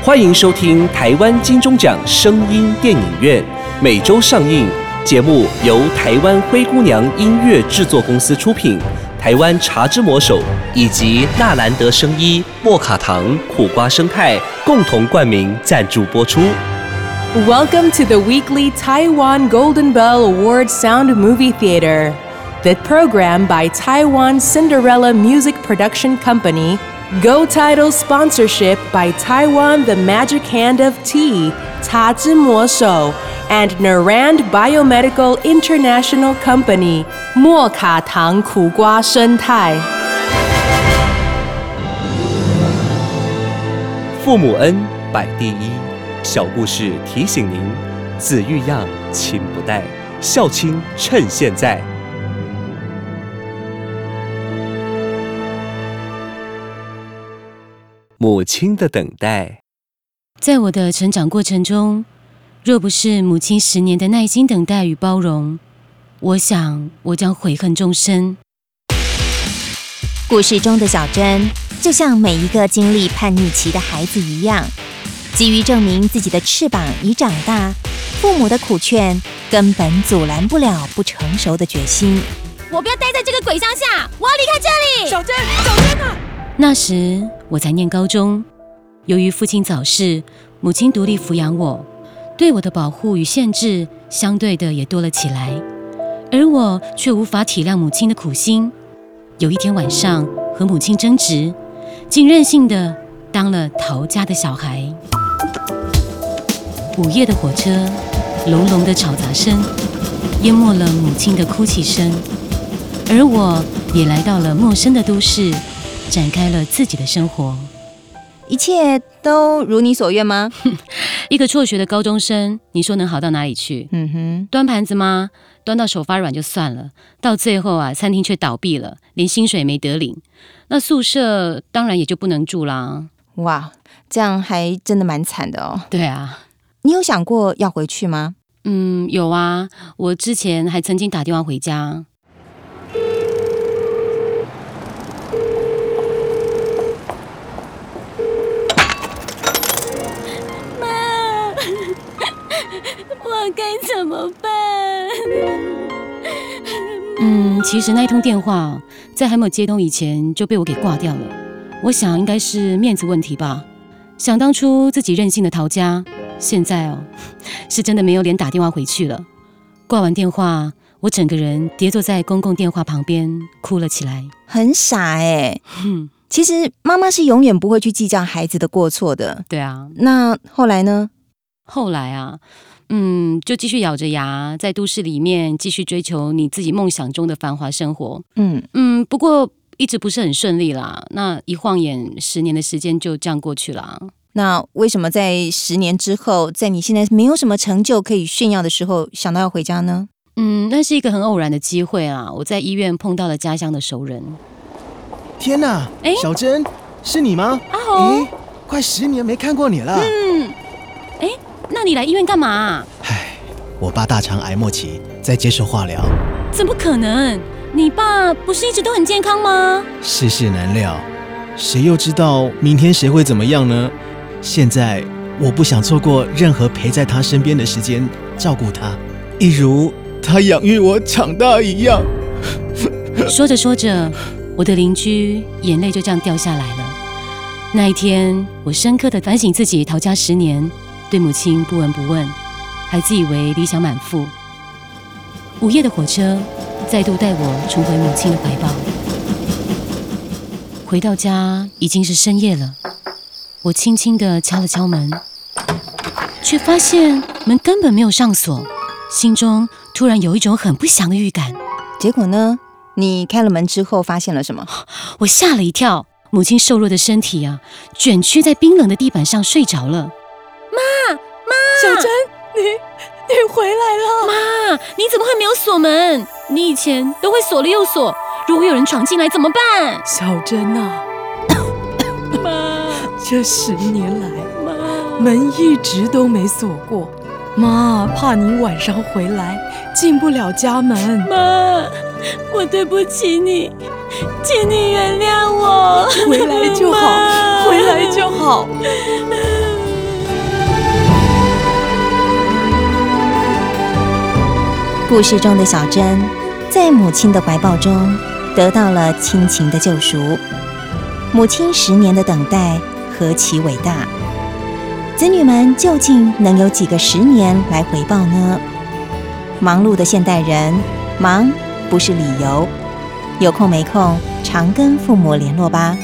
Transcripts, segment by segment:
欢迎收听台湾金钟奖声音电影院，每周上映。节目由台湾灰姑娘音乐制作公司出品，台湾茶之魔手以及纳兰德生医、莫卡糖、苦瓜生态共同冠名赞助播出。 Welcome to the weekly Taiwan Golden Bell Award Sound Movie Theater. The program by Taiwan Cinderella Music Production Company, Go Title sponsorship by Taiwan The Magic Hand of Tea, 茶之魔手, and Naran Biomedical International Company, 莫卡糖苦瓜生态。 父母恩，摆第一。小故事提醒您：子欲养，亲不待，孝亲趁现在。母亲的等待。 在我的成长过程中，若不是母亲10年的耐心等待与包容，我想我将悔恨终身。 故事中的小珍，就像每一个经历叛逆期的孩子一样，急于证明自己的翅膀已长大，父母的苦劝根本阻拦不了不成熟的决心。 我不要待在这个鬼乡下，我要离开这里！小珍啊！ 那时我才念高中，由于父亲早逝，母亲独立抚养我，对我的保护与限制相对的也多了起来，而我却无法体谅母亲的苦心。有一天晚上和母亲争执，竟任性的当了逃家的小孩。午夜的火车，隆隆的吵杂声淹没了母亲的哭泣声，而我也来到了陌生的都市，展开了自己的生活。 一切都如你所愿吗？ 一个辍学的高中生，你说能好到哪里去？端盘子吗？端到手发软就算了，到最后啊，餐厅却倒闭了，连薪水没得领，那宿舍当然也就不能住啦。 哇，这样还真的蛮惨的哦。 对啊。 你有想过要回去吗？ 有啊，我之前还曾经打电话回家。 我该怎么办？ 其实那一通电话在还没有接通以前就被我给挂掉了。我想应该是面子问题吧。想当初自己任性的逃家，现在是真的没有脸打电话回去了。挂完电话，我整个人跌坐在公共电话旁边哭了起来。 很傻欸。其实妈妈是永远不会去计较孩子的过错的。 对啊。 那后来呢？ 后来啊，就继续咬着牙在都市里面继续追求你自己梦想中的繁华生活。不过一直不是很顺利啦。那一晃眼10年的时间就这样过去了。 那为什么在10年之后，在你现在没有什么成就可以炫耀的时候，想到要回家呢？ 那是一个很偶然的机会啊！我在医院碰到了家乡的熟人。 天哪，小珍，是你吗？ 阿红， 快10年没看过你了。 那你来医院干嘛？ 我爸大肠癌末期，在接受化疗。 怎么可能？你爸不是一直都很健康吗？ 世事难料，谁又知道明天谁会怎么样呢？现在我不想错过任何陪在他身边的时间，照顾他，一如他养育我长大一样。 说着说着，我的邻居眼泪就这样掉下来了。那一天，我深刻地反省自己逃家10年，对母亲不闻不问，还自以为理想满腹。午夜的火车再度带我重回母亲的怀抱。回到家已经是深夜了，我轻轻地敲了敲门，却发现门根本没有上锁，心中突然有一种很不祥的预感。 结果呢？你开了门之后发现了什么？ 我吓了一跳，母亲瘦弱的身体啊，卷曲在冰冷的地板上睡着了。 妈， 小珍，你回来了。 妈，你怎么会没有锁门？你以前都会锁了又锁，如果有人闯进来怎么办？ 小珍啊， 妈， 这10年来，门一直都没锁过。妈怕你晚上回来进不了家门。 妈，我对不起你，请你原谅我。 回来就好，回来就好。 故事中的小珍，在母亲的怀抱中得到了亲情的救赎。母亲10年的等待何其伟大！子女们究竟能有几个10年来回报呢？忙碌的现代人，忙不是理由，有空没空常跟父母联络吧。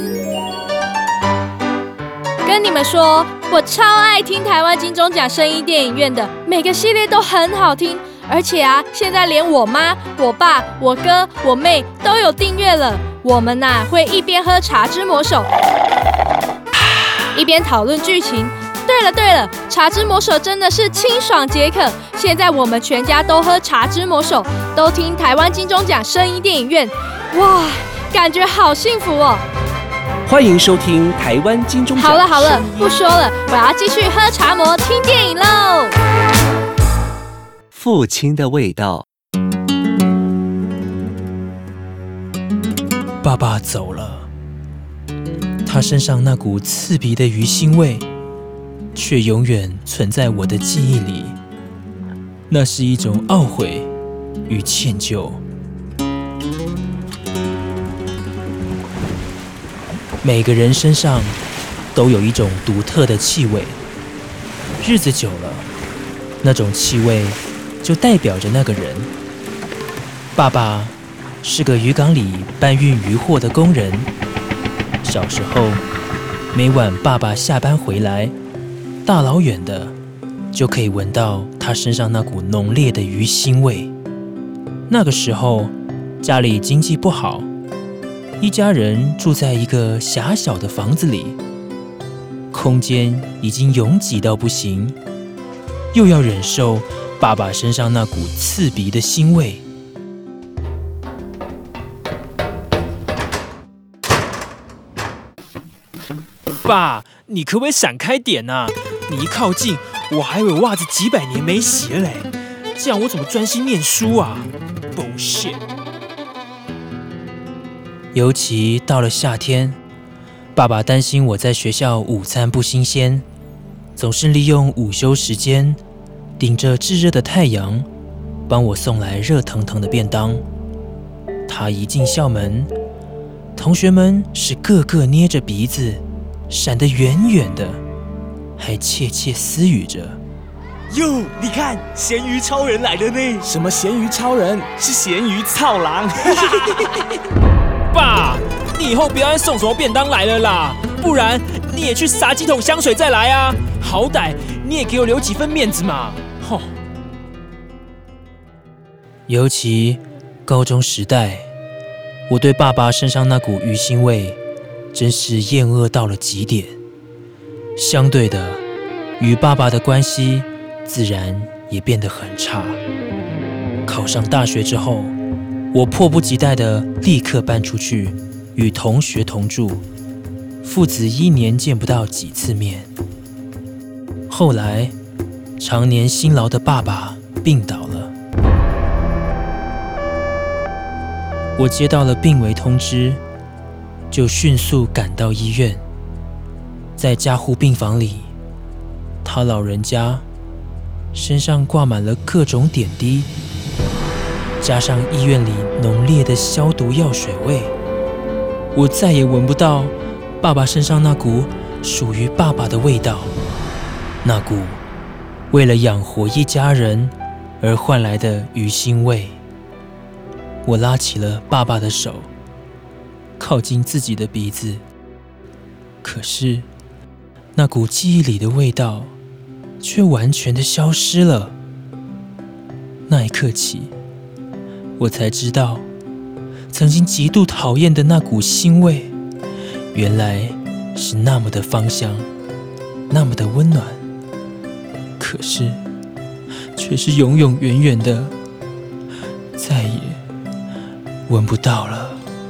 跟你们说，我超爱听台湾金钟奖声音电影院的，每个系列都很好听，而且现在连我妈、我爸、我哥、我妹都有订阅了。我们会一边喝茶之魔手，一边讨论剧情。对了，茶之魔手真的是清爽解渴。现在我们全家都喝茶之魔手，都听台湾金钟奖声音电影院，哇，感觉好幸福哦！ 欢迎收听台湾金钟奖。 好了，不说了，我要继续喝茶魔听电影喽。 父亲的味道。 爸爸走了，他身上那股刺鼻的鱼腥味，却永远存在我的记忆里。那是一种懊悔与歉疚。每个人身上都有一种独特的气味，日子久了，那种气味就代表着那个人。爸爸是个渔港里搬运渔货的工人。小时候，每晚爸爸下班回来，大老远的就可以闻到他身上那股浓烈的鱼腥味。那个时候，家里经济不好，一家人住在一个狭小的房子里，空间已经拥挤到不行，又要忍受爸爸身上那股刺鼻的腥味。爸，你可不可以闪开点啊？你一靠近，我还以为袜子几百年没洗了嘞，这样我怎么专心念书啊 ？bullshit！ 尤其到了夏天，爸爸担心我在学校午餐不新鲜，总是利用午休时间，顶着炙热的太阳，帮我送来热腾腾的便当。他一进校门，同学们是个个捏着鼻子，闪得远远的，还窃窃私语着：“ 哟，你看，咸鱼超人来了呢！什么咸鱼超人？是咸鱼操狼！” 爸，你以后不要再送什么便当来了啦，不然你也去撒几桶香水再来啊！好歹你也给我留几分面子嘛！吼。尤其高中时代，我对爸爸身上那股鱼腥味真是厌恶到了极点。相对的，与爸爸的关系自然也变得很差。考上大学之后，我迫不及待地立刻搬出去，与同学同住，父子1年见不到几次面。后来，常年辛劳的爸爸病倒了，我接到了病危通知，就迅速赶到医院。在加护病房里，他老人家身上挂满了各种点滴，加上医院里浓烈的消毒药水味，我再也闻不到爸爸身上那股属于爸爸的味道，那股为了养活一家人而换来的鱼腥味。我拉起了爸爸的手，靠近自己的鼻子，可是那股记忆里的味道却完全的消失了。那一刻起，我才知道，曾经极度讨厌的那股腥味，原来是那么的芳香，那么的温暖，可是却是永永远远的，再也闻不到了。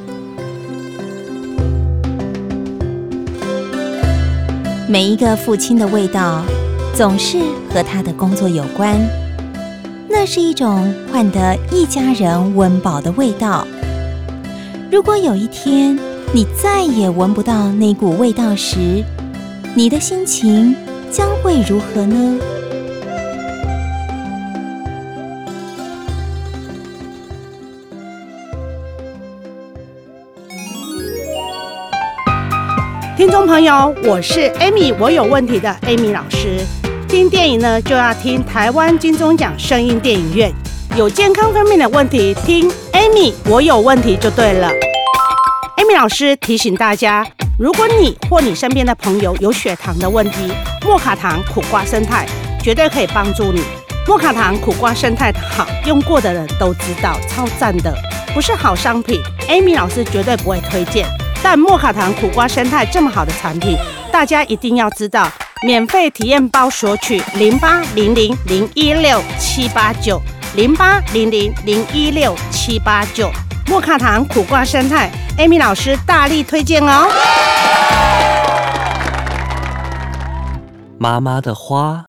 每一个父亲的味道，总是和他的工作有关。那是一种换得一家人温饱的味道。如果有一天你再也闻不到那股味道时，你的心情将会如何呢？ 听众朋友，我是 Amy， 我有问题的 Amy 老师。听电影呢，就要听台湾金钟奖声音电影院。有健康方面的问题，听 Amy， 我有问题就对了。Amy 老师提醒大家，如果你或你身边的朋友有血糖的问题，莫卡糖苦瓜胜肽绝对可以帮助你。莫卡糖苦瓜胜肽好，用过的人都知道，超赞的，不是好商品 ，Amy 老师绝对不会推荐。但莫卡糖苦瓜胜肽这么好的产品，大家一定要知道。免费体验包索取0800016789 0800016789。莫卡糖苦瓜胜肽 ，Amy 老师大力推荐哦。 妈妈的花。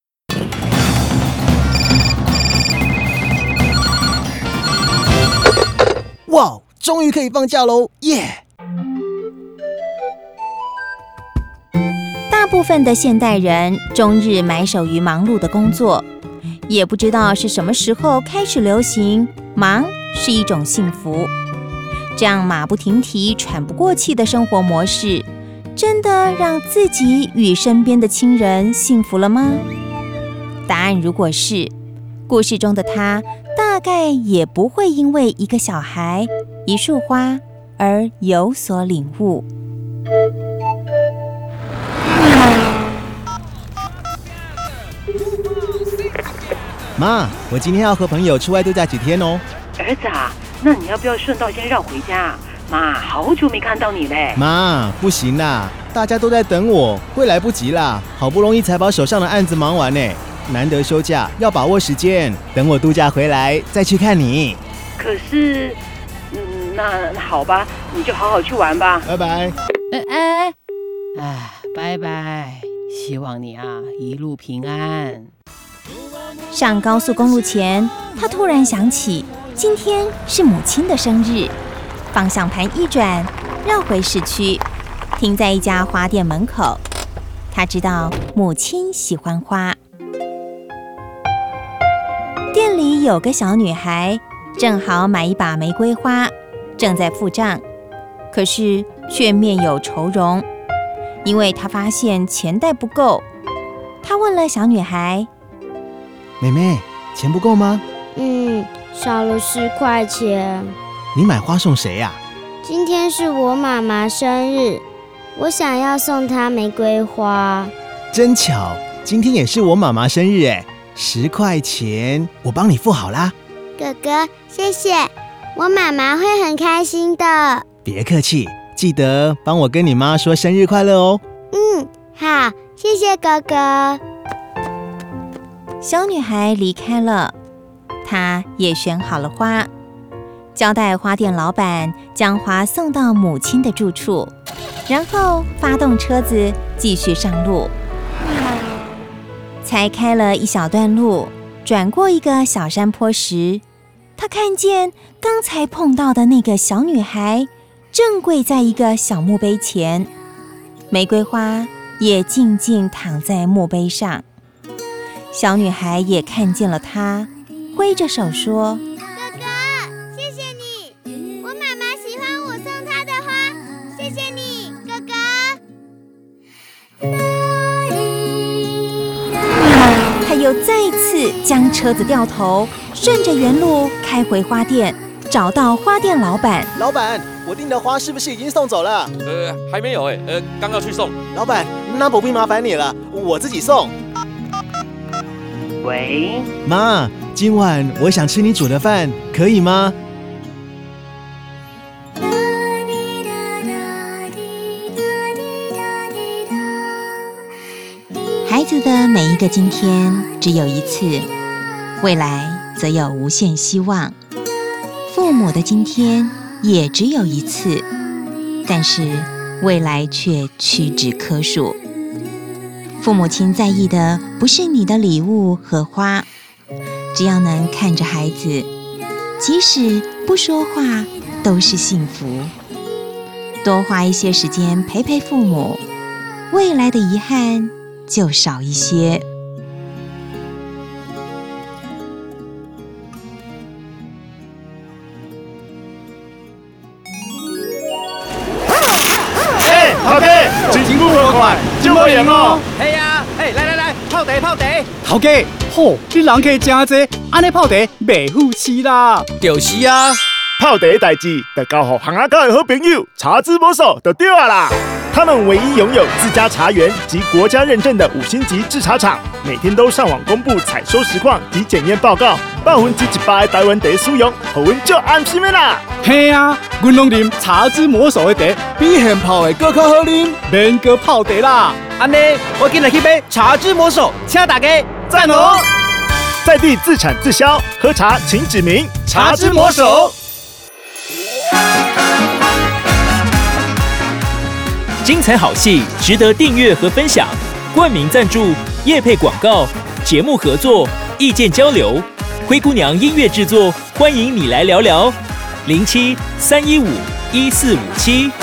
哇，终于可以放假喽，耶！ 大部分的现代人终日埋首于忙碌的工作，也不知道是什么时候开始流行忙是一种幸福。这样马不停蹄、喘不过气的生活模式，真的让自己与身边的亲人幸福了吗？答案如果是，故事中的他大概也不会因为一个小孩、一束花而有所领悟。 妈，我今天要和朋友出外度假几天哦。 儿子啊，那你要不要顺道先绕回家？妈，好久没看到你嘞。 妈，不行啦，大家都在等我，会来不及啦。好不容易才把手上的案子忙完呢，难得休假，要把握时间。等我度假回来再去看你。 可是，那好吧，你就好好去玩吧。 拜拜。 拜拜，希望你啊一路平安。 上高速公路前，他突然想起今天是母亲的生日，方向盘一转，绕回市区，停在一家花店门口。他知道母亲喜欢花。店里有个小女孩，正好买一把玫瑰花，正在付账，可是却面有愁容，因为她发现钱袋不够。她问了小女孩： 妹妹，钱不够吗？ 少了10块钱。 你买花送谁呀？ 今天是我妈妈生日，我想要送她玫瑰花。 真巧，今天也是我妈妈生日哎，10块钱，我帮你付好啦。 哥哥，谢谢，我妈妈会很开心的。 别客气，记得帮我跟你妈说生日快乐哦。 好，谢谢哥哥。 小女孩离开了，她也选好了花，交代花店老板将花送到母亲的住处，然后发动车子继续上路。才开了一小段路，转过一个小山坡时，她看见刚才碰到的那个小女孩正跪在一个小墓碑前，玫瑰花也静静躺在墓碑上。小女孩也看见了她，挥着手说： 哥哥，谢谢你，我妈妈喜欢我送她的花，谢谢你，哥哥。 她又再次将车子掉头，顺着原路开回花店，找到花店老板。 老板，我订的花是不是已经送走了？ 还没有刚要去送。 老板，那不必麻烦你了，我自己送。 喂， 妈，今晚我想吃你煮的饭，可以吗？ 孩子的每一个今天只有一次，未来则有无限希望。父母的今天也只有一次，但是未来却屈指可数。父母亲在意的不是你的礼物和花，只要能看着孩子，即使不说话都是幸福。多花一些时间陪陪父母，未来的遗憾就少一些。 好的。 进步多快，就会赢哦。 系啊，来，泡茶。 头家，吼，你人客真济，安尼泡茶袂富气啦。 就是啊， 泡茶的代志，得交予行家的好朋友茶之魔手就对啊啦。他们唯一拥有自家茶园及国家认证的5星级制茶厂，每天都上网公布采收实况及检验报告，100%的台湾茶使用，互阮足安心的啦。 嘿啊，阮拢啉茶之魔手的茶，比现泡的更较好啉，免搁泡茶啦。 安尼，我今日去买茶之魔手，请大家赞哦！在地自产自销，喝茶请指明茶之魔手。 精彩好戏值得订阅和分享，冠名赞助、业配广告、节目合作、意见交流，灰姑娘音乐制作，欢迎你来聊聊。07-315-1457